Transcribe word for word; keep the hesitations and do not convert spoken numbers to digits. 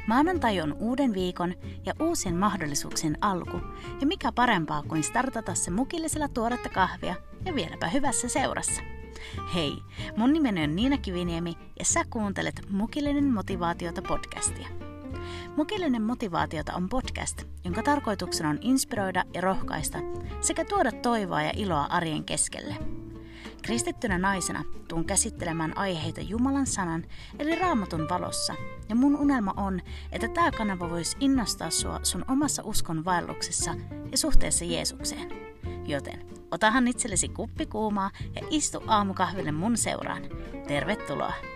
Maanantai on uuden viikon ja uusien mahdollisuuksien alku, ja mikä parempaa kuin startata se mukillisella tuoretta kahvia ja vieläpä hyvässä seurassa. Hei, mun nimeni on Niina Kiviniemi ja sä kuuntelet Mukillinen motivaatiota podcastia. Mukillinen motivaatiota on podcast, jonka tarkoituksena on inspiroida ja rohkaista sekä tuoda toivoa ja iloa arjen keskelle. Kristittynä naisena tuun käsittelemään aiheita Jumalan sanan eli Raamatun valossa, ja mun unelma on, että tää kanava voisi innostaa sua sun omassa uskon vaelluksessa ja suhteessa Jeesukseen. Joten otahan itsellesi kuppi kuumaa ja istu aamukahville mun seuraan. Tervetuloa!